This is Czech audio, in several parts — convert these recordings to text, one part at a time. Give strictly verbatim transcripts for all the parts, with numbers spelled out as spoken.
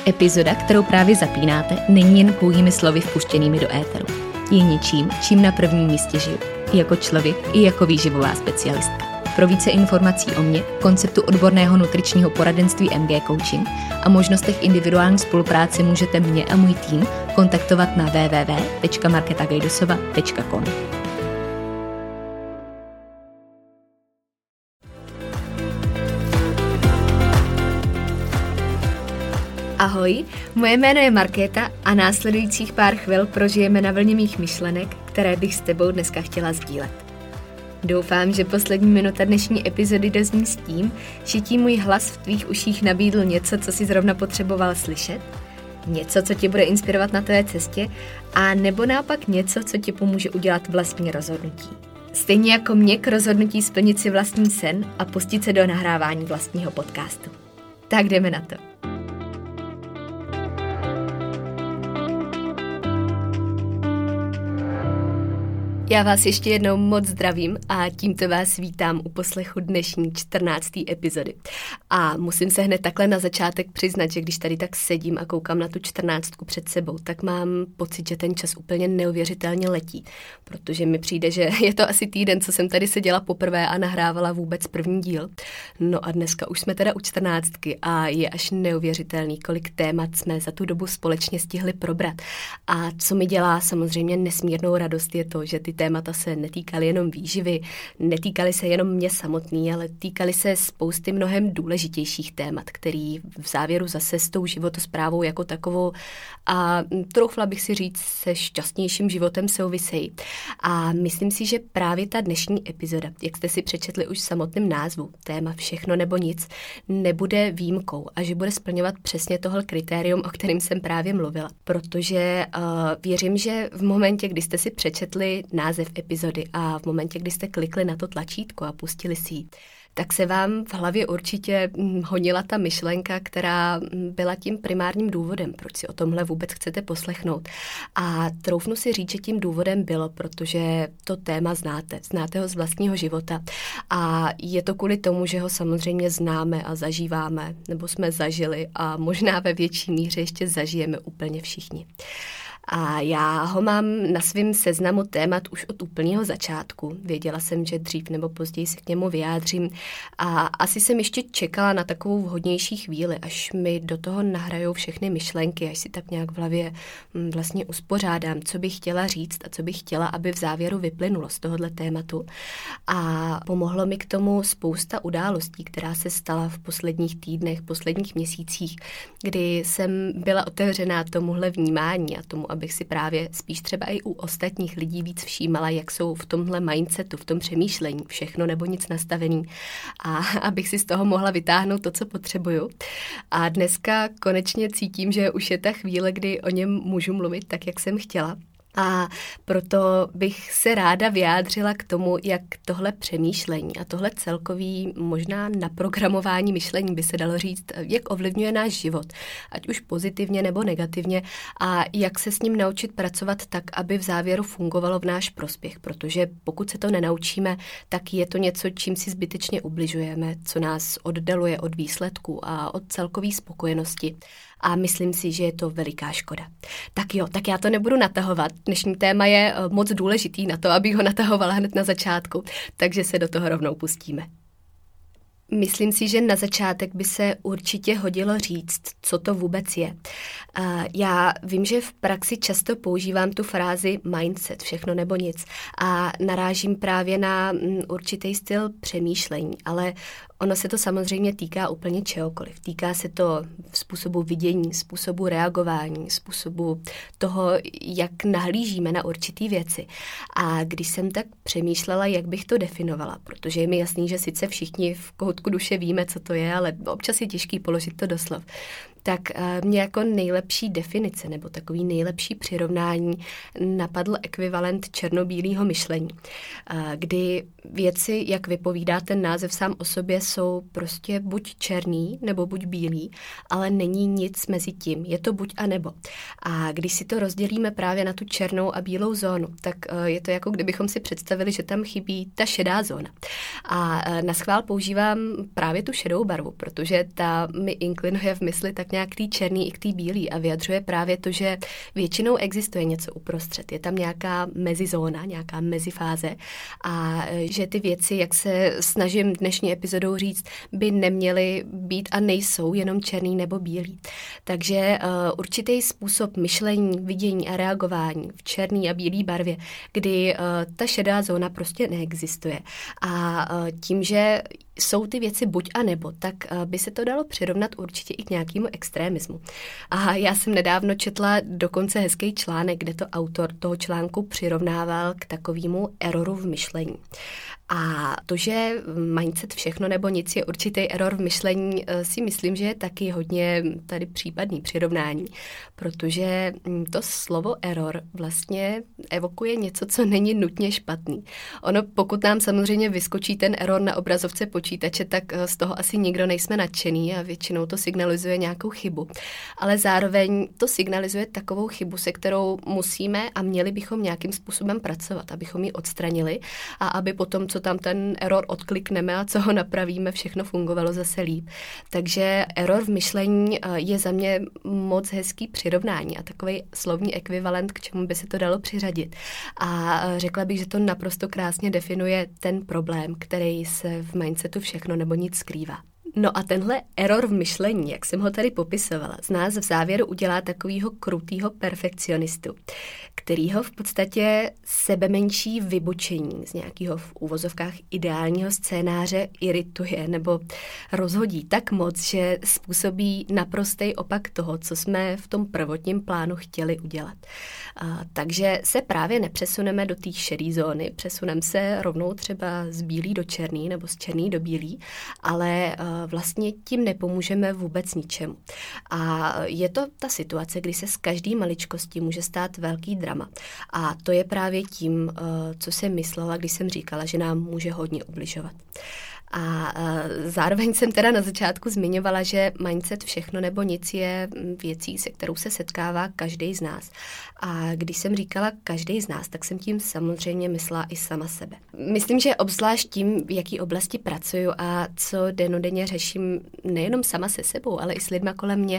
Epizoda, kterou právě zapínáte, není jen pouhými slovy vpuštěnými do éteru. Je něčím, čím na prvním místě žiju. I jako člověk, i jako výživová specialistka. Pro více informací o mně, konceptu odborného nutričního poradenství M G Coaching a možnostech individuální spolupráce můžete mě a můj tým kontaktovat na w w w tečka markéta gajdosova tečka com. Ahoj, moje jméno je Markéta a následujících pár chvil prožijeme na vlně mých myšlenek, které bych s tebou dneska chtěla sdílet. Doufám, že poslední minuta dnešní epizody dozní s tím, že ti můj hlas v tvých uších nabídl něco, co si zrovna potřeboval slyšet, něco, co tě bude inspirovat na tvé cestě, a nebo naopak něco, co ti pomůže udělat vlastní rozhodnutí. Stejně jako mě k rozhodnutí splnit si vlastní sen a pustit se do nahrávání vlastního podcastu. Tak jdeme na to. Já vás ještě jednou moc zdravím a tímto vás vítám u poslechu dnešní čtrnácté epizody. A musím se hned takhle na začátek přiznat, že když tady tak sedím a koukám na tu čtrnáctku před sebou, tak mám pocit, že ten čas úplně neuvěřitelně letí, protože mi přijde, že je to asi týden, co jsem tady seděla poprvé a nahrávala vůbec první díl. No a dneska už jsme teda u čtrnáctky a je až neuvěřitelný, kolik témat jsme za tu dobu společně stihli probrat. A co mi dělá samozřejmě nesmírnou radost je to, že ty témata se netýkaly jenom výživy, netýkaly se jenom mě samotný, ale týkaly se spousty mnohem důležitějších témat, který v závěru zase s tou životosprávou jako takovou a troufla bych si říct se šťastnějším životem souvisejí. A myslím si, že právě ta dnešní epizoda, jak jste si přečetli už v samotném názvu, téma všechno nebo nic, nebude výjimkou a že bude splňovat přesně tohle kritérium, o kterém jsem právě mluvila. Protože uh, věřím, že v momentě, kdy jste si přečetli název epizody a v momentě, kdy jste klikli na to tlačítko a pustili si ji, tak se vám v hlavě určitě honila ta myšlenka, která byla tím primárním důvodem, proč si o tomhle vůbec chcete poslechnout. A troufnu si říct, že tím důvodem bylo, protože to téma znáte, znáte ho z vlastního života a je to kvůli tomu, že ho samozřejmě známe a zažíváme, nebo jsme zažili a možná ve větší míře ještě zažijeme úplně všichni. A já ho mám na svém seznamu témat už od úplného začátku. Věděla jsem, že dřív nebo později se k němu vyjádřím a asi jsem ještě čekala na takovou vhodnější chvíli, až mi do toho nahrajou všechny myšlenky, až si tak nějak v hlavě vlastně uspořádám, co bych chtěla říct a co bych chtěla, aby v závěru vyplynulo z tohohle tématu. A pomohlo mi k tomu spousta událostí, která se stala v posledních týdnech, posledních měsících, kdy jsem byla otevřená tomuhle vnímání a tomu, abych si právě spíš třeba i u ostatních lidí víc všímala, jak jsou v tomhle mindsetu, v tom přemýšlení, všechno nebo nic nastavený a abych si z toho mohla vytáhnout to, co potřebuju. A dneska konečně cítím, že už je ta chvíle, kdy o něm můžu mluvit tak, jak jsem chtěla. A proto bych se ráda vyjádřila k tomu, jak tohle přemýšlení a tohle celkový možná naprogramování myšlení by se dalo říct, jak ovlivňuje náš život, ať už pozitivně nebo negativně a jak se s ním naučit pracovat tak, aby v závěru fungovalo v náš prospěch, protože pokud se to nenaučíme, tak je to něco, čím si zbytečně ubližujeme, co nás oddaluje od výsledků a od celkové spokojenosti. A myslím si, že je to veliká škoda. Tak jo, tak já to nebudu natahovat. Dnešní téma je moc důležitý na to, abych ho natahovala hned na začátku, takže se do toho rovnou pustíme. Myslím si, že na začátek by se určitě hodilo říct, co to vůbec je. Já vím, že v praxi často používám tu frázi mindset, všechno nebo nic a narážím právě na určitý styl přemýšlení, ale ono se to samozřejmě týká úplně čehokoliv. Týká se to způsobu vidění, způsobu reagování, způsobu toho, jak nahlížíme na určitý věci. A když jsem tak přemýšlela, jak bych to definovala, protože je mi jasný, že sice všichni v kohoutku duše víme, co to je, ale občas je těžký položit to do slov, tak mě jako nejlepší definice nebo takový nejlepší přirovnání napadl ekvivalent černobílého myšlení, kdy věci, jak vypovídá ten název sám o sobě, jsou prostě buď černý nebo buď bílý, ale není nic mezi tím. Je to buď a nebo. A když si to rozdělíme právě na tu černou a bílou zónu, tak je to jako kdybychom si představili, že tam chybí ta šedá zóna. A na schvál používám právě tu šedou barvu, protože ta mi inklinuje v mysli tak nějak k té černý i k té bílý a vyjadřuje právě to, že většinou existuje něco uprostřed. Je tam nějaká mezizóna, nějaká mezifáze a že ty věci, jak se snažím dnešní epizodou říct, by neměly být a nejsou jenom černý nebo bílý. Takže uh, určitý způsob myšlení, vidění a reagování v černý a bílý barvě, kdy uh, ta šedá zóna prostě neexistuje. A uh, tím, že jsou ty věci buď a nebo, tak by se to dalo přirovnat určitě i k nějakému extrémismu. A já jsem nedávno četla dokonce hezký článek, kde to autor toho článku přirovnával k takovému eroru v myšlení. A to, že mindset všechno nebo nic je určitý error v myšlení, si myslím, že je taky hodně tady případný přirovnání, protože to slovo error vlastně evokuje něco, co není nutně špatný. Ono, pokud nám samozřejmě vyskočí ten error na obrazovce počítače, tak z toho asi nikdo nejsme nadšený a většinou to signalizuje nějakou chybu. Ale zároveň to signalizuje takovou chybu, se kterou musíme a měli bychom nějakým způsobem pracovat, abychom ji odstranili a aby potom, co tam ten error odklikneme a co ho napravíme, všechno fungovalo zase líp. Takže error v myšlení je za mě moc hezký přirovnání a takový slovní ekvivalent, k čemu by se to dalo přiřadit. A řekla bych, že to naprosto krásně definuje ten problém, který se v mindsetu všechno nebo nic skrývá. No a tenhle error v myšlení, jak jsem ho tady popisovala, z nás v závěru udělá takovýho krutýho perfekcionistu, kterýho v podstatě sebemenší vybočení z nějakého v úvozovkách ideálního scénáře irituje nebo rozhodí tak moc, že způsobí naprostý opak toho, co jsme v tom prvotním plánu chtěli udělat. A, takže se právě nepřesuneme do té šedé zóny, přesuneme se rovnou třeba z bílý do černý nebo z černý do bílý, ale vlastně tím nepomůžeme vůbec ničemu. A je to ta situace, kdy se z každé maličkosti může stát velký drama. A to je právě tím, co jsem myslela, když jsem říkala, že nám může hodně ubližovat. A zároveň jsem teda na začátku zmiňovala, že mindset všechno nebo nic je věcí, se kterou se setkává každý z nás. A když jsem říkala každý z nás, tak jsem tím samozřejmě myslela i sama sebe. Myslím, že obzvlášť tím, v jaký oblasti pracuju a co dennodenně řeším nejenom sama se sebou, ale i s lidma kolem mě,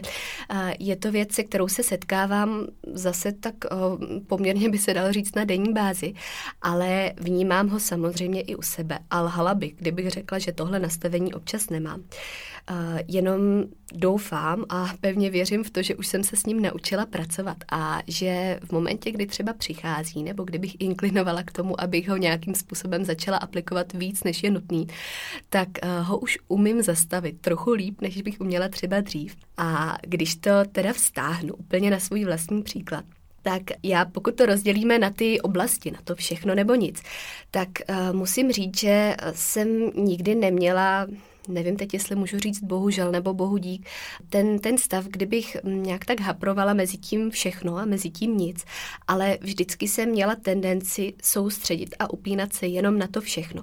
je to věc, se kterou se setkávám zase tak poměrně by se dalo říct na denní bázi, ale vnímám ho samozřejmě i u sebe. A lhala bych, kdybych řekla, že tohle nastavení občas nemám. Uh, jenom doufám a pevně věřím v to, že už jsem se s ním naučila pracovat a že v momentě, kdy třeba přichází, nebo kdybych inklinovala k tomu, abych ho nějakým způsobem začala aplikovat víc, než je nutný, tak uh, ho už umím zastavit trochu líp, než bych uměla třeba dřív. A když to teda vztáhnu úplně na svůj vlastní příklad, tak já, pokud to rozdělíme na ty oblasti, na to všechno nebo nic, tak uh, musím říct, že jsem nikdy neměla, nevím teď, jestli můžu říct bohužel nebo bohu dík, ten, ten stav, kdybych nějak tak haprovala mezi tím všechno a mezi tím nic, ale vždycky jsem měla tendenci soustředit a upínat se jenom na to všechno,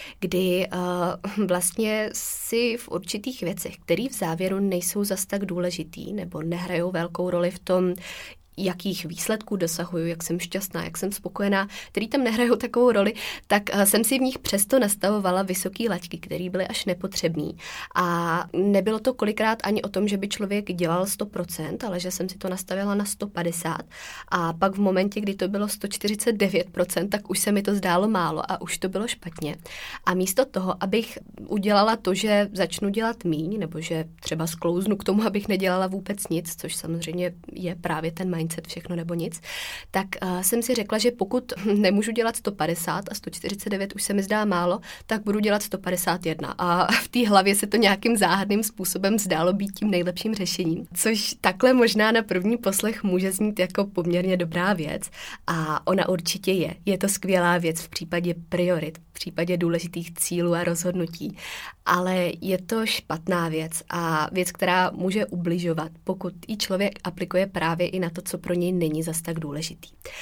kdy uh, vlastně si v určitých věcech, které v závěru nejsou zas tak důležitý nebo nehrajou velkou roli v tom, jakých výsledků dosahuju, jak jsem šťastná, jak jsem spokojená, který tam nehrajou takovou roli, tak jsem si v nich přesto nastavovala vysoký laťky, které byly až nepotřebný. A nebylo to kolikrát ani o tom, že by člověk dělal sto procent, ale že jsem si to nastavila na sto padesát a pak v momentě, kdy to bylo sto čtyřicet devět procent, tak už se mi to zdálo málo a už to bylo špatně. A místo toho, abych udělala to, že začnu dělat míň, nebo že třeba sklouznu k tomu, abych nedělala vůbec nic, což samozřejmě je právě ten mindset všechno nebo nic, tak uh, jsem si řekla, že pokud nemůžu dělat sto padesát a sto čtyřicet devět už se mi zdá málo, tak budu dělat sto padesát jedna. A v té hlavě se to nějakým záhadným způsobem zdálo být tím nejlepším řešením. Což takhle možná na první poslech může znít jako poměrně dobrá věc. A ona určitě je. Je to skvělá věc v případě priorit, v případě důležitých cílů a rozhodnutí. Ale je to špatná věc a věc, která může ubližovat, pokud ji člověk aplikuje právě i na to, co pro něj není zas tak důležitý.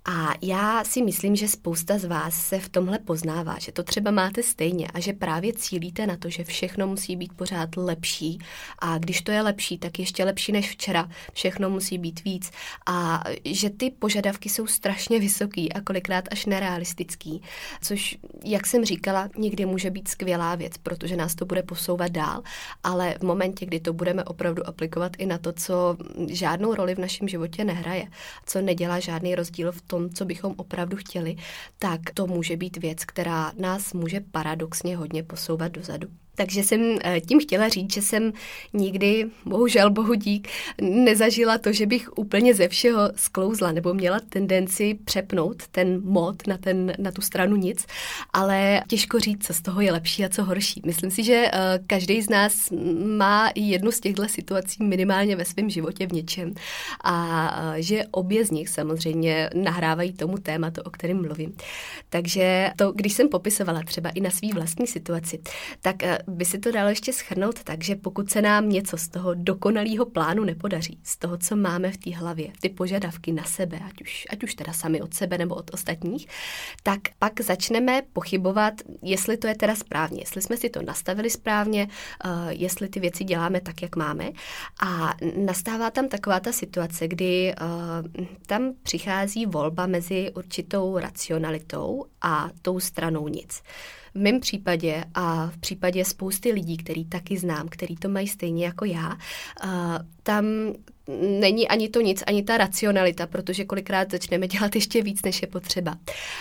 A já si myslím, že spousta z vás se v tomhle poznává, že to třeba máte stejně a že právě cílíte na to, že všechno musí být pořád lepší a když to je lepší, tak ještě lepší než včera, všechno musí být víc a že ty požadavky jsou strašně vysoký a kolikrát až nerealistický, což, jak jsem říkala, někdy může být skvělá věc, protože nás to bude posouvat dál, ale v momentě, kdy to budeme opravdu aplikovat i na to, co žádnou roli v našem životě nehraje, co nedělá žádný rozdíl v tom, co bychom opravdu chtěli, tak to může být věc, která nás může paradoxně hodně posouvat dozadu. Takže jsem tím chtěla říct, že jsem nikdy, bohužel bohu dík, nezažila to, že bych úplně ze všeho sklouzla nebo měla tendenci přepnout ten mod na, ten, na tu stranu nic, ale těžko říct, co z toho je lepší a co horší. Myslím si, že každý z nás má jednu z těchto situací minimálně ve svém životě v něčem a že obě z nich samozřejmě nahrávají tomu tématu, o kterém mluvím. Takže to, když jsem popisovala třeba i na svý vlastní situaci, tak by se to dalo ještě shrnout tak, že pokud se nám něco z toho dokonalého plánu nepodaří, z toho, co máme v té hlavě, ty požadavky na sebe, ať už, ať už teda sami od sebe nebo od ostatních, tak pak začneme pochybovat, jestli to je teda správně, jestli jsme si to nastavili správně, uh, jestli ty věci děláme tak, jak máme. A nastává tam taková ta situace, kdy uh, tam přichází volba mezi určitou racionalitou a tou stranou nic. V mém případě a v případě spousty lidí, který taky znám, který to mají stejně jako já, tam není ani to nic, ani ta racionalita, protože kolikrát začneme dělat ještě víc, než je potřeba.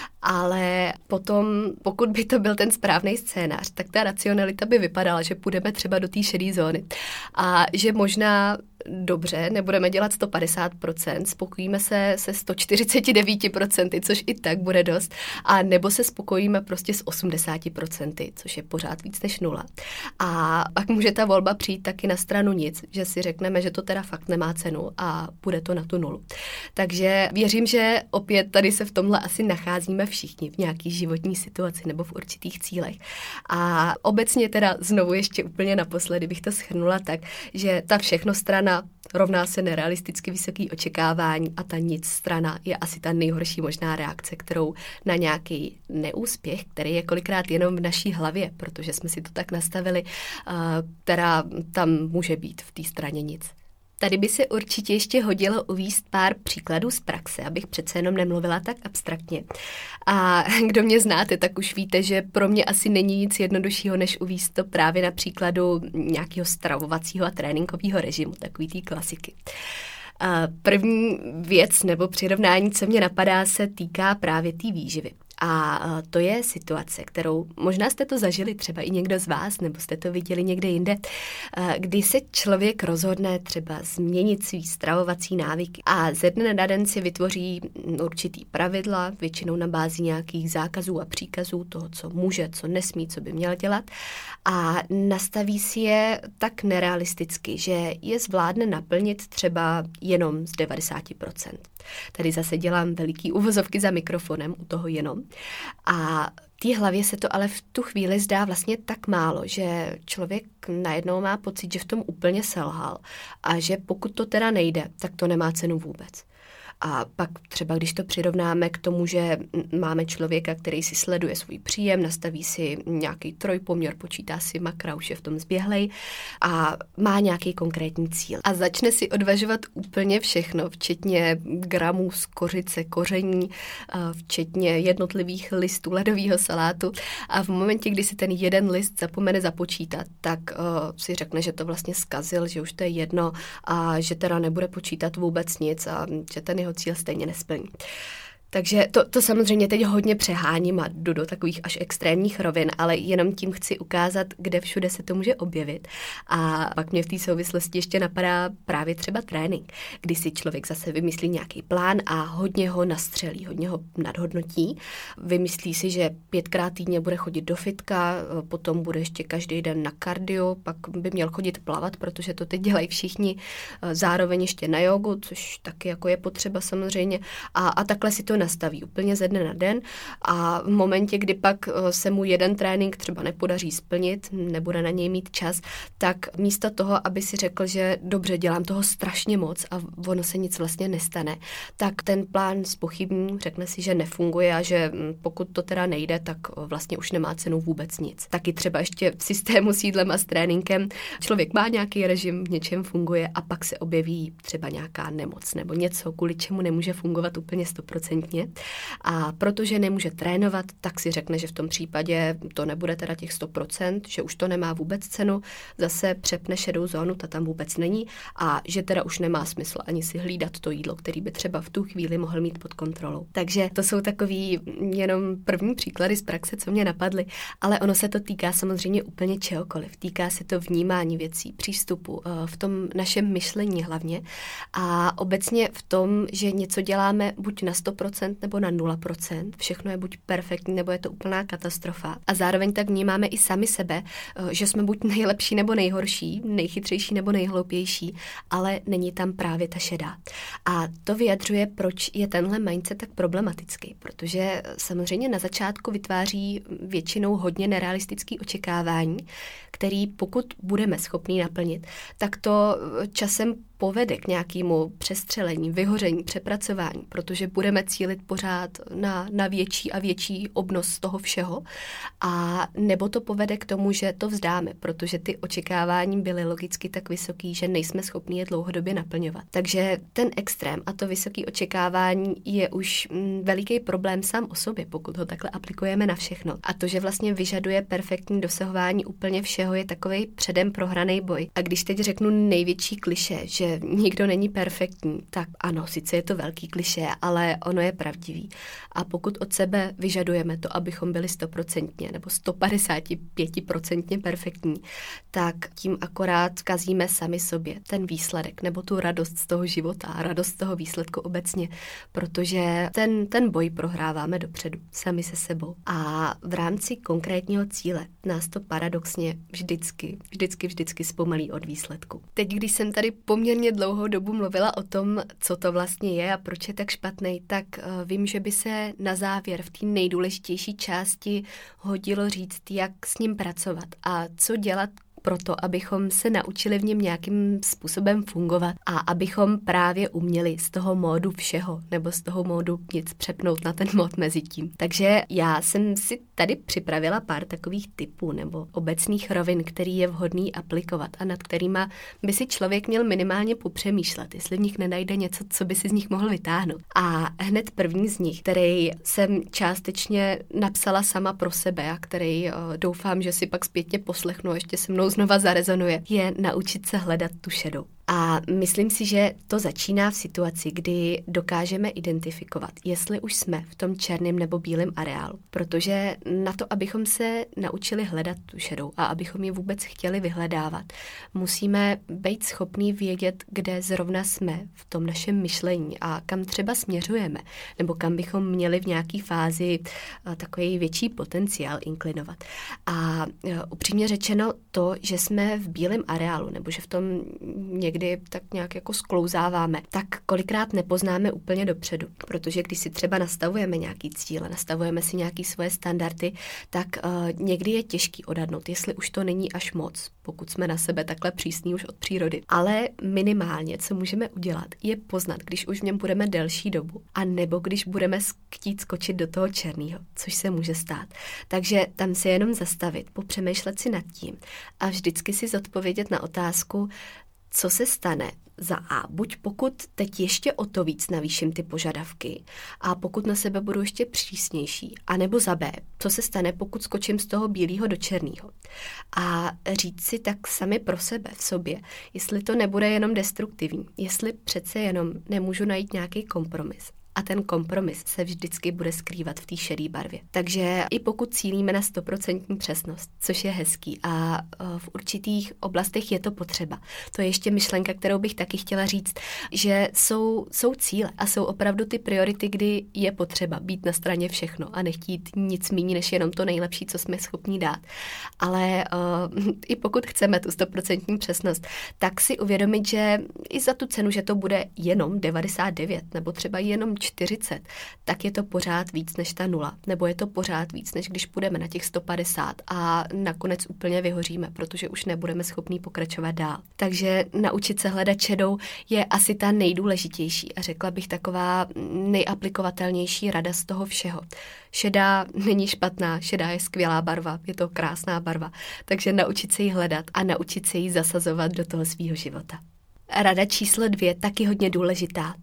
Ale potom, pokud by to byl ten správný scénář, tak ta racionalita by vypadala, že půjdeme třeba do té šedé zóny a že možná dobře, nebudeme dělat sto padesát procent, spokojíme se se sto čtyřicet devět procent, což i tak bude dost, a nebo se spokojíme prostě s osmdesát procent, což je pořád víc než nula. A pak může ta volba přijít taky na stranu nic, že si řekneme, že to teda fakt nemá cenu a bude to na tu nulu. Takže věřím, že opět tady se v tomhle asi nacházíme všichni v nějaký životní situaci nebo v určitých cílech. A obecně teda znovu ještě úplně naposledy bych to shrnula tak, že ta všechno strana rovná se nerealisticky vysoký očekávání a ta nic strana je asi ta nejhorší možná reakce, kterou na nějaký neúspěch, který je kolikrát jenom v naší hlavě, protože jsme si to tak nastavili, která tam může být v té straně nic. Tady by se určitě ještě hodilo uvést pár příkladů z praxe, abych přece jenom nemluvila tak abstraktně. A kdo mě znáte, tak už víte, že pro mě asi není nic jednoduššího, než uvést to právě na příkladu nějakého stravovacího a tréninkového režimu, takový té klasiky. První věc nebo přirovnání, co mě napadá, se týká právě té výživy. A to je situace, kterou možná jste to zažili třeba i někdo z vás, nebo jste to viděli někde jinde, kdy se člověk rozhodne třeba změnit svý stravovací návyky a ze dne na den si vytvoří určitý pravidla, většinou na bázi nějakých zákazů a příkazů toho, co může, co nesmí, co by měl dělat, a nastaví si je tak nerealisticky, že je zvládne naplnit třeba jenom z devadesát procent. Tady zase dělám veliký uvozovky za mikrofonem u toho jenom. A té hlavě se to ale v tu chvíli zdá vlastně tak málo, že člověk najednou má pocit, že v tom úplně selhal a že pokud to teda nejde, tak to nemá cenu vůbec. A pak třeba, když to přirovnáme k tomu, že máme člověka, který si sleduje svůj příjem, nastaví si nějaký trojpoměr, počítá si makra, už je v tom zběhlej a má nějaký konkrétní cíl. A začne si odvažovat úplně všechno, včetně gramů z kořice, koření, včetně jednotlivých listů ledového salátu. A v momentě, kdy si ten jeden list zapomene započítat, tak uh, si řekne, že to vlastně zkazil, že už to je jedno a že teda nebude počítat vůbec nic a že ten jeho cíl stejně nesplní. Takže to, to samozřejmě teď hodně přeháním a jdu do takových až extrémních rovin, ale jenom tím chci ukázat, kde všude se to může objevit. A pak mě v té souvislosti ještě napadá právě třeba trénink, kdy si člověk zase vymyslí nějaký plán a hodně ho nastřelí, hodně ho nadhodnotí. Vymyslí si, že pětkrát týdně bude chodit do fitka, potom bude ještě každý den na kardio, pak by měl chodit plavat, protože to teď dělají všichni, zároveň ještě na jogu, což taky jako je potřeba samozřejmě. A, a takhle si to nastaví úplně ze dne na den a v momentě, kdy pak se mu jeden trénink třeba nepodaří splnit, nebude na něj mít čas, tak místo toho, aby si řekl, že dobře, dělám toho strašně moc a ono se nic vlastně nestane, tak ten plán zpochybní, řekne si, že nefunguje a že pokud to teda nejde, tak vlastně už nemá cenu vůbec nic. Taky třeba ještě v systému s jídlem a s tréninkem člověk má nějaký režim, v něčem funguje a pak se objeví třeba nějaká nemoc nebo něco, kvůli čemu nemůže fungovat úplně stoprocentně. A protože nemůže trénovat, tak si řekne, že v tom případě to nebude teda těch sto procent, že už to nemá vůbec cenu, zase přepne šedou zónu, ta tam vůbec není a že teda už nemá smysl ani si hlídat to jídlo, který by třeba v tu chvíli mohl mít pod kontrolou. Takže to jsou takový jenom první příklady z praxe, co mě napadly, ale ono se to týká samozřejmě úplně čehokoliv. Týká se to vnímání věcí, přístupu, v tom našem myšlení hlavně a obecně v tom, že něco děláme buď na sto procent nebo na nula procent, všechno je buď perfektní, nebo je to úplná katastrofa. A zároveň tak vnímáme i sami sebe, že jsme buď nejlepší nebo nejhorší, nejchytřejší nebo nejhloupější, ale není tam právě ta šedá. A to vyjadřuje, proč je tenhle mindset tak problematický, protože samozřejmě na začátku vytváří většinou hodně nerealistický očekávání, který pokud budeme schopní naplnit, tak to časem povede k nějakému přestřelení, vyhoření, přepracování, protože budeme cílit pořád na, na větší a větší obnos z toho všeho a nebo to povede k tomu, že to vzdáme, protože ty očekávání byly logicky tak vysoký, že nejsme schopni je dlouhodobě naplňovat. Takže ten extrém a to vysoké očekávání je už veliký problém sám o sobě, pokud ho takhle aplikujeme na všechno. A to, že vlastně vyžaduje perfektní dosahování úplně všeho, je takovej předem prohraný boj. A když teď řeknu největší klišé, že nikdo není perfektní, tak ano, sice je to velký klišé, ale ono je pravdivý. A pokud od sebe vyžadujeme to, abychom byli stoprocentně nebo sto padesát pět procent perfektní, tak tím akorát kazíme sami sobě ten výsledek nebo tu radost z toho života a radost z toho výsledku obecně, protože ten, ten boj prohráváme dopředu, sami se sebou. A v rámci konkrétního cíle nás to paradoxně vždycky, vždycky, vždycky zpomalí od výsledku. Teď, když jsem tady poměrně dlouhou dobu mluvila o tom, co to vlastně je a proč je tak špatný, tak uh, vím, že by se na závěr v té nejdůležitější části hodilo říct, jak s ním pracovat a co dělat proto, abychom se naučili v něm nějakým způsobem fungovat a abychom právě uměli z toho módu všeho nebo z toho módu nic přepnout na ten mód mezi tím. Takže já jsem si tady připravila pár takových typů nebo obecných rovin, který je vhodný aplikovat a nad kterýma by si člověk měl minimálně popřemýšlet, jestli v nich nenajde něco, co by si z nich mohl vytáhnout. A hned první z nich, který jsem částečně napsala sama pro sebe a který uh, doufám, že si pak zpětně poslechnu a ještě se mnou znova zarezonuje, je naučit se hledat tu šedou. A myslím si, že to začíná v situaci, kdy dokážeme identifikovat, jestli už jsme v tom černém nebo bílém areálu. Protože na to, abychom se naučili hledat tu šedou a abychom ji vůbec chtěli vyhledávat, musíme být schopní vědět, kde zrovna jsme v tom našem myšlení a kam třeba směřujeme, nebo kam bychom měli v nějaké fázi takový větší potenciál inklinovat. A upřímně řečeno to, že jsme v bílém areálu, nebo že v tom někdy tak nějak jako sklouzáváme, tak kolikrát nepoznáme úplně dopředu. Protože když si třeba nastavujeme nějaký cíle, nastavujeme si nějaký svoje standardy, tak uh, někdy je těžký odhadnout, jestli už to není až moc, pokud jsme na sebe takhle přísní už od přírody. Ale minimálně, co můžeme udělat, je poznat, když už v něm budeme delší dobu, a nebo když budeme chtít skočit do toho černého, což se může stát. Takže tam se jenom zastavit, popřemýšlet si nad tím a vždycky si zodpovědět na otázku, co se stane za A, buď pokud teď ještě o to víc navýším ty požadavky a pokud na sebe budu ještě přísnější, anebo za B, co se stane, pokud skočím z toho bílého do černého. A říct si tak sami pro sebe v sobě, jestli to nebude jenom destruktivní, jestli přece jenom nemůžu najít nějaký kompromis. A ten kompromis se vždycky bude skrývat v té šedé barvě. Takže i pokud cílíme na sto procent přesnost, což je hezký a v určitých oblastech je to potřeba. To je ještě myšlenka, kterou bych taky chtěla říct, že jsou, jsou cíle a jsou opravdu ty priority, kdy je potřeba být na straně všechno a nechtít nic méně než jenom to nejlepší, co jsme schopni dát. Ale uh, i pokud chceme tu sto procent přesnost, tak si uvědomit, že i za tu cenu, že to bude jenom devadesát devět nebo třeba jenom čtyřicet, tak je to pořád víc než ta nula, nebo je to pořád víc, než když půjdeme na těch sto padesát a nakonec úplně vyhoříme, protože už nebudeme schopní pokračovat dál. Takže naučit se hledat šedou je asi ta nejdůležitější a řekla bych taková nejaplikovatelnější rada z toho všeho. Šedá není špatná, šedá je skvělá barva, je to krásná barva, takže naučit se ji hledat a naučit se ji zasazovat do toho svýho života. Rada číslo dvě, taky hodně důležitá,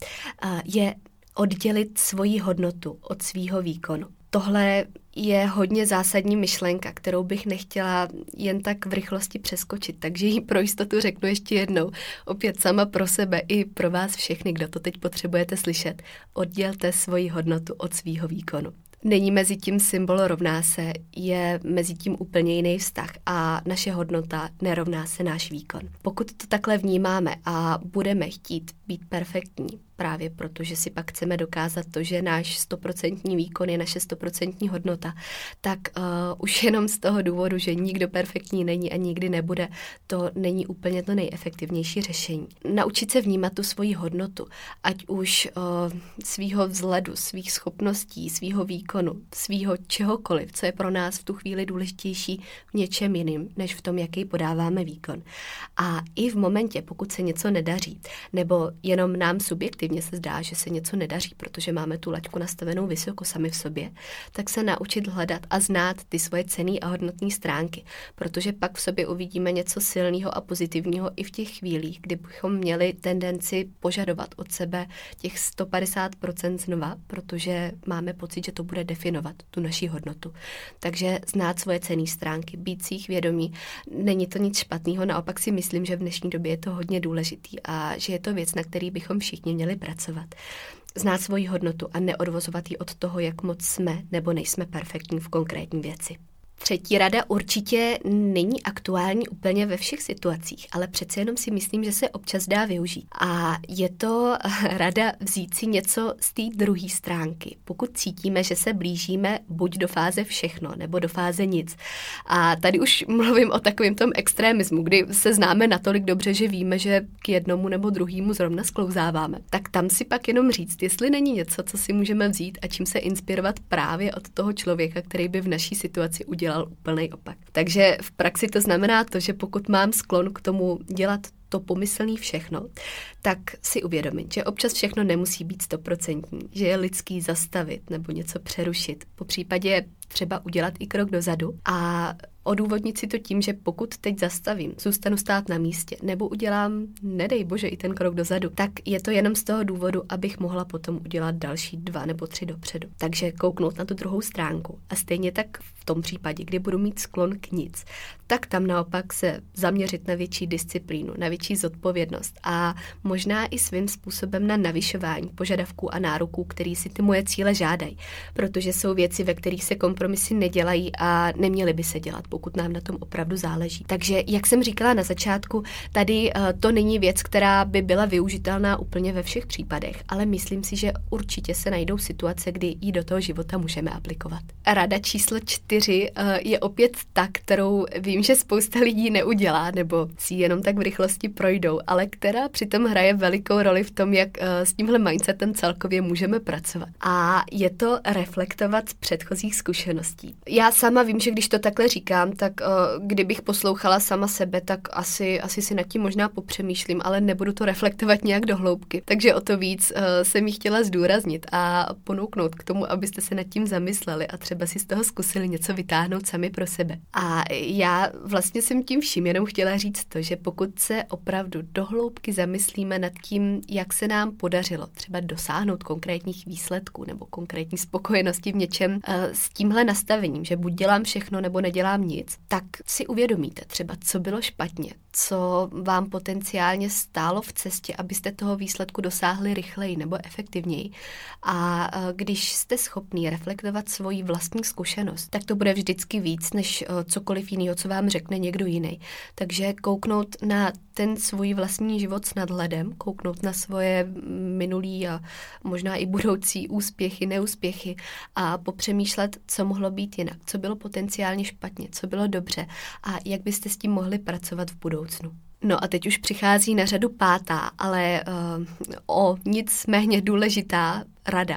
je oddělit svoji hodnotu od svýho výkonu. Tohle je hodně zásadní myšlenka, kterou bych nechtěla jen tak v rychlosti přeskočit, takže ji pro jistotu řeknu ještě jednou, opět sama pro sebe i pro vás všechny, kdo to teď potřebujete slyšet. Oddělte svoji hodnotu od svýho výkonu. Není mezi tím symbol rovná se, je mezi tím úplně jiný vztah a naše hodnota nerovná se náš výkon. Pokud to takhle vnímáme a budeme chtít být perfektní, právě protože si pak chceme dokázat to, že náš stoprocentní výkon je naše stoprocentní hodnota, tak uh, už jenom z toho důvodu, že nikdo perfektní není a nikdy nebude, to není úplně to nejefektivnější řešení. Naučit se vnímat tu svoji hodnotu, ať už uh, svýho vzhledu, svých schopností, svýho výkonu, svýho čehokoliv, co je pro nás v tu chvíli důležitější v něčem jiným, než v tom, jaký podáváme výkon. A i v momentě, pokud se něco nedaří, nebo jenom nám subjektivně mně se zdá, že se něco nedaří, protože máme tu laťku nastavenou vysoko sami v sobě, tak se naučit hledat a znát ty svoje cenné a hodnotné stránky, protože pak v sobě uvidíme něco silného a pozitivního i v těch chvílích, kdy bychom měli tendenci požadovat od sebe těch sto padesát procent znova, protože máme pocit, že to bude definovat tu naši hodnotu. Takže znát svoje cenné stránky, být si jich vědomí, není to nic špatného, naopak si myslím, že v dnešní době je to hodně důležitý a že je to věc, na který bychom všichni měli pracovat. Znát svoji hodnotu a neodvozovat ji od toho, jak moc jsme nebo nejsme perfektní v konkrétní věci. Třetí rada určitě není aktuální úplně ve všech situacích, ale přece jenom si myslím, že se občas dá využít. A je to rada vzít si něco z té druhé stránky. Pokud cítíme, že se blížíme buď do fáze všechno, nebo do fáze nic. A tady už mluvím o takovém tom extremismu, kdy se známe natolik dobře, že víme, že k jednomu nebo druhému zrovna sklouzáváme. Tak tam si pak jenom říct, jestli není něco, co si můžeme vzít a čím se inspirovat právě od toho člověka, který by v naší situaci udělal úplný opak. Takže v praxi to znamená to, že pokud mám sklon k tomu dělat to pomyslný všechno, tak si uvědomit, že občas všechno nemusí být stoprocentní, že je lidský zastavit nebo něco přerušit, po případě třeba udělat i krok dozadu a odůvodnit si to tím, že pokud teď zastavím, zůstanu stát na místě nebo udělám, nedej bože, i ten krok dozadu, tak je to jenom z toho důvodu, abych mohla potom udělat další dva nebo tři dopředu. Takže kouknout na tu druhou stránku a stejně tak v tom případě, kdy budu mít sklon k nic, tak tam naopak se zaměřit na větší disciplínu, na větší zodpovědnost a možná i svým způsobem na navyšování požadavků a nároků, který si ty moje cíle žádají, protože jsou věci, ve kterých se kompromisy nedělají a neměly by se dělat, pokud nám na tom opravdu záleží. Takže, jak jsem říkala na začátku, tady uh, to není věc, která by byla využitelná úplně ve všech případech, ale myslím si, že určitě se najdou situace, kdy ji do toho života můžeme aplikovat. Rada číslo čtyři uh, je opět ta, kterou vím, že spousta lidí neudělá, nebo si jenom tak v rychlosti projdou, ale která přitom hraje velikou roli v tom, jak uh, s tímhle mindsetem celkově můžeme pracovat. A je to reflektovat z předchozích zkušeností. Já sama vím, že když to takhle říkám, tak uh, kdybych poslouchala sama sebe, tak asi, asi si nad tím možná popřemýšlím, ale nebudu to reflektovat nějak do hloubky. Takže o to víc uh, jsem ji chtěla zdůraznit a ponouknout k tomu, abyste se nad tím zamysleli a třeba si z toho zkusili něco vytáhnout sami pro sebe. A já vlastně jsem tím vším jenom chtěla říct to, že pokud se opravdu do hloubky zamyslíme nad tím, jak se nám podařilo třeba dosáhnout konkrétních výsledků nebo konkrétní spokojenosti v něčem uh, s tímhle nastavením, že buď dělám všechno nebo nedělám nic, tak si uvědomíte třeba, co bylo špatně, co vám potenciálně stálo v cestě, abyste toho výsledku dosáhli rychleji nebo efektivněji. A uh, když jste schopní reflektovat svoji vlastní zkušenost, tak to bude vždycky víc, než uh, cokoliv jiného, co vám řekne někdo jiný. Takže kouknout na ten svůj vlastní život s nadhledem, kouknout na svoje minulý a možná i budoucí úspěchy, neúspěchy a popřemýšlet, co mohlo být jinak, co bylo potenciálně špatně, co bylo dobře a jak byste s tím mohli pracovat v budoucnu. No a teď už přichází na řadu pátá, ale uh, o nic méně důležitá rada.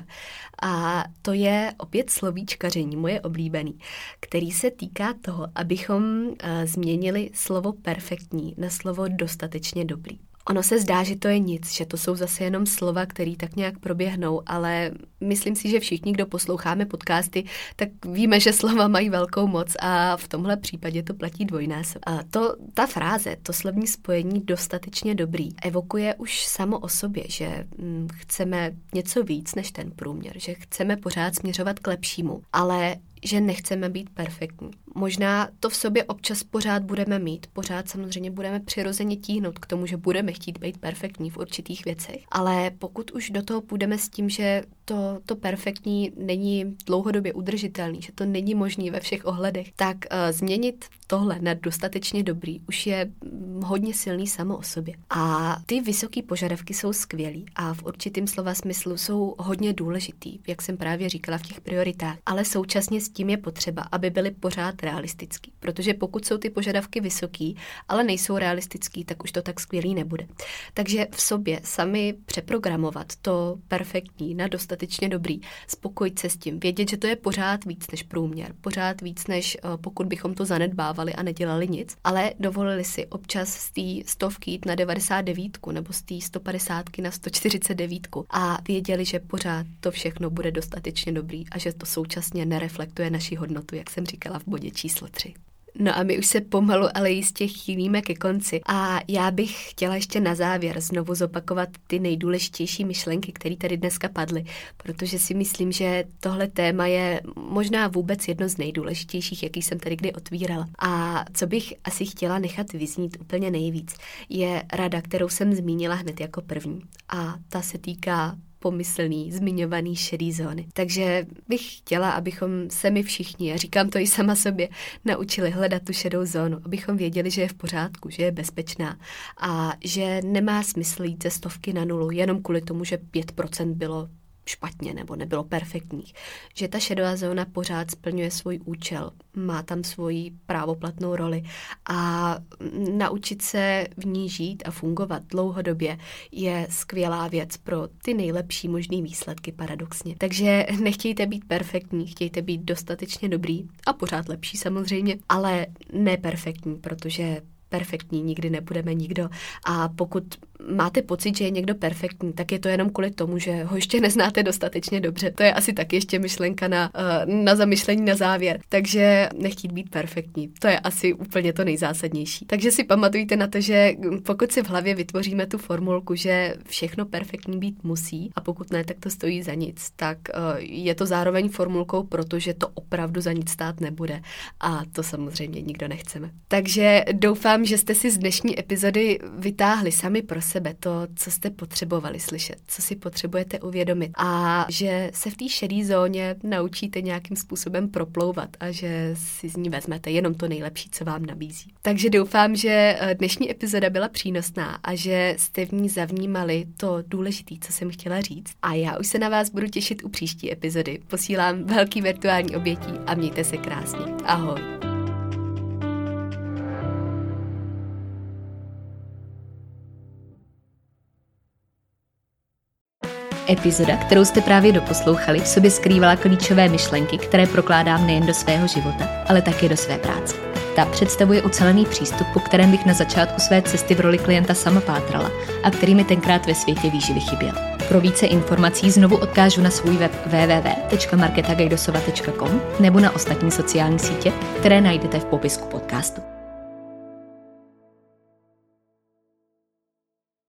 A to je opět slovíčkaření, moje oblíbený, který se týká toho, abychom uh, změnili slovo perfektní na slovo dostatečně dobrý. Ono se zdá, že to je nic, že to jsou zase jenom slova, které tak nějak proběhnou, ale myslím si, že všichni, kdo posloucháme podcasty, tak víme, že slova mají velkou moc a v tomhle případě to platí dvojnásob. A to, ta fráze, to slovní spojení dostatečně dobrý, evokuje už samo o sobě, že hm, chceme něco víc než ten průměr, že chceme pořád směřovat k lepšímu, ale že nechceme být perfektní. Možná to v sobě občas pořád budeme mít, pořád samozřejmě budeme přirozeně tíhnout k tomu, že budeme chtít být perfektní v určitých věcech, ale pokud už do toho půjdeme s tím, že to, to perfektní není dlouhodobě udržitelný, že to není možné ve všech ohledech, tak uh, změnit tohle na dostatečně dobrý už je hodně silný samo o sobě. A ty vysoké požadavky jsou skvělý a v určitém slova smyslu jsou hodně důležitý, jak jsem právě říkala v těch prioritách, ale současně s tím je potřeba, aby byly pořád realistický, protože pokud jsou ty požadavky vysoký, ale nejsou realistický, tak už to tak skvělý nebude. Takže v sobě sami přeprogramovat to perfektní na dostatečně dobrý, spokojit se s tím, vědět, že to je pořád víc než průměr, pořád víc než pokud bychom to zanedbávali a nedělali nic, ale dovolili si občas z té stovky jít na devadesát devět nebo z té sto padesát na sto čtyřicet devět a věděli, že pořád to všechno bude dostatečně dobrý a že to současně nereflektuje naši hodnotu, jak jsem říkala v bodě číslo tři. No a my už se pomalu, ale jistě chýlíme ke konci a já bych chtěla ještě na závěr znovu zopakovat ty nejdůležitější myšlenky, které tady dneska padly, protože si myslím, že tohle téma je možná vůbec jedno z nejdůležitějších, jaký jsem tady kdy otvírala. A co bych asi chtěla nechat vyznít úplně nejvíc, je rada, kterou jsem zmínila hned jako první a ta se týká pomyslný, zmiňovaný šedý zóny. Takže bych chtěla, abychom se my všichni, a říkám to i sama sobě, naučili hledat tu šedou zónu, abychom věděli, že je v pořádku, že je bezpečná a že nemá smysl jít ze stovky na nulu, jenom kvůli tomu, že pět procent bylo špatně nebo nebylo perfektních. Že ta šedá zóna pořád splňuje svůj účel, má tam svoji právoplatnou roli a naučit se v ní žít a fungovat dlouhodobě je skvělá věc pro ty nejlepší možný výsledky paradoxně. Takže nechtějte být perfektní, chtějte být dostatečně dobrý a pořád lepší samozřejmě, ale ne perfektní, protože perfektní nikdy nebudeme nikdo a pokud máte pocit, že je někdo perfektní, tak je to jenom kvůli tomu, že ho ještě neznáte dostatečně dobře. To je asi taky ještě myšlenka na, na zamyšlení na závěr. Takže nechtít být perfektní. To je asi úplně to nejzásadnější. Takže si pamatujte na to, že pokud si v hlavě vytvoříme tu formulku, že všechno perfektní být musí a pokud ne, tak to stojí za nic, tak je to zároveň formulkou, protože to opravdu za nic stát nebude a to samozřejmě nikdo nechceme. Takže doufám, že jste si z dnešní epizody vytáhli sami pro sebe to, co jste potřebovali slyšet, co si potřebujete uvědomit a že se v té šedé zóně naučíte nějakým způsobem proplouvat a že si z ní vezmete jenom to nejlepší, co vám nabízí. Takže doufám, že dnešní epizoda byla přínosná a že jste v ní zavnímali to důležité, co jsem chtěla říct. A já už se na vás budu těšit u příští epizody. Posílám velký virtuální obětí a mějte se krásně. Ahoj. Epizoda, kterou jste právě doposlouchali, v sobě skrývala klíčové myšlenky, které prokládám nejen do svého života, ale také do své práce. Ta představuje ucelený přístup, po kterém bych na začátku své cesty v roli klienta sama pátrala a který mi tenkrát ve světě výživy chyběl. Pro více informací znovu odkážu na svůj web w w w tečka marketa gajdosova tečka com nebo na ostatní sociální sítě, které najdete v popisku podcastu.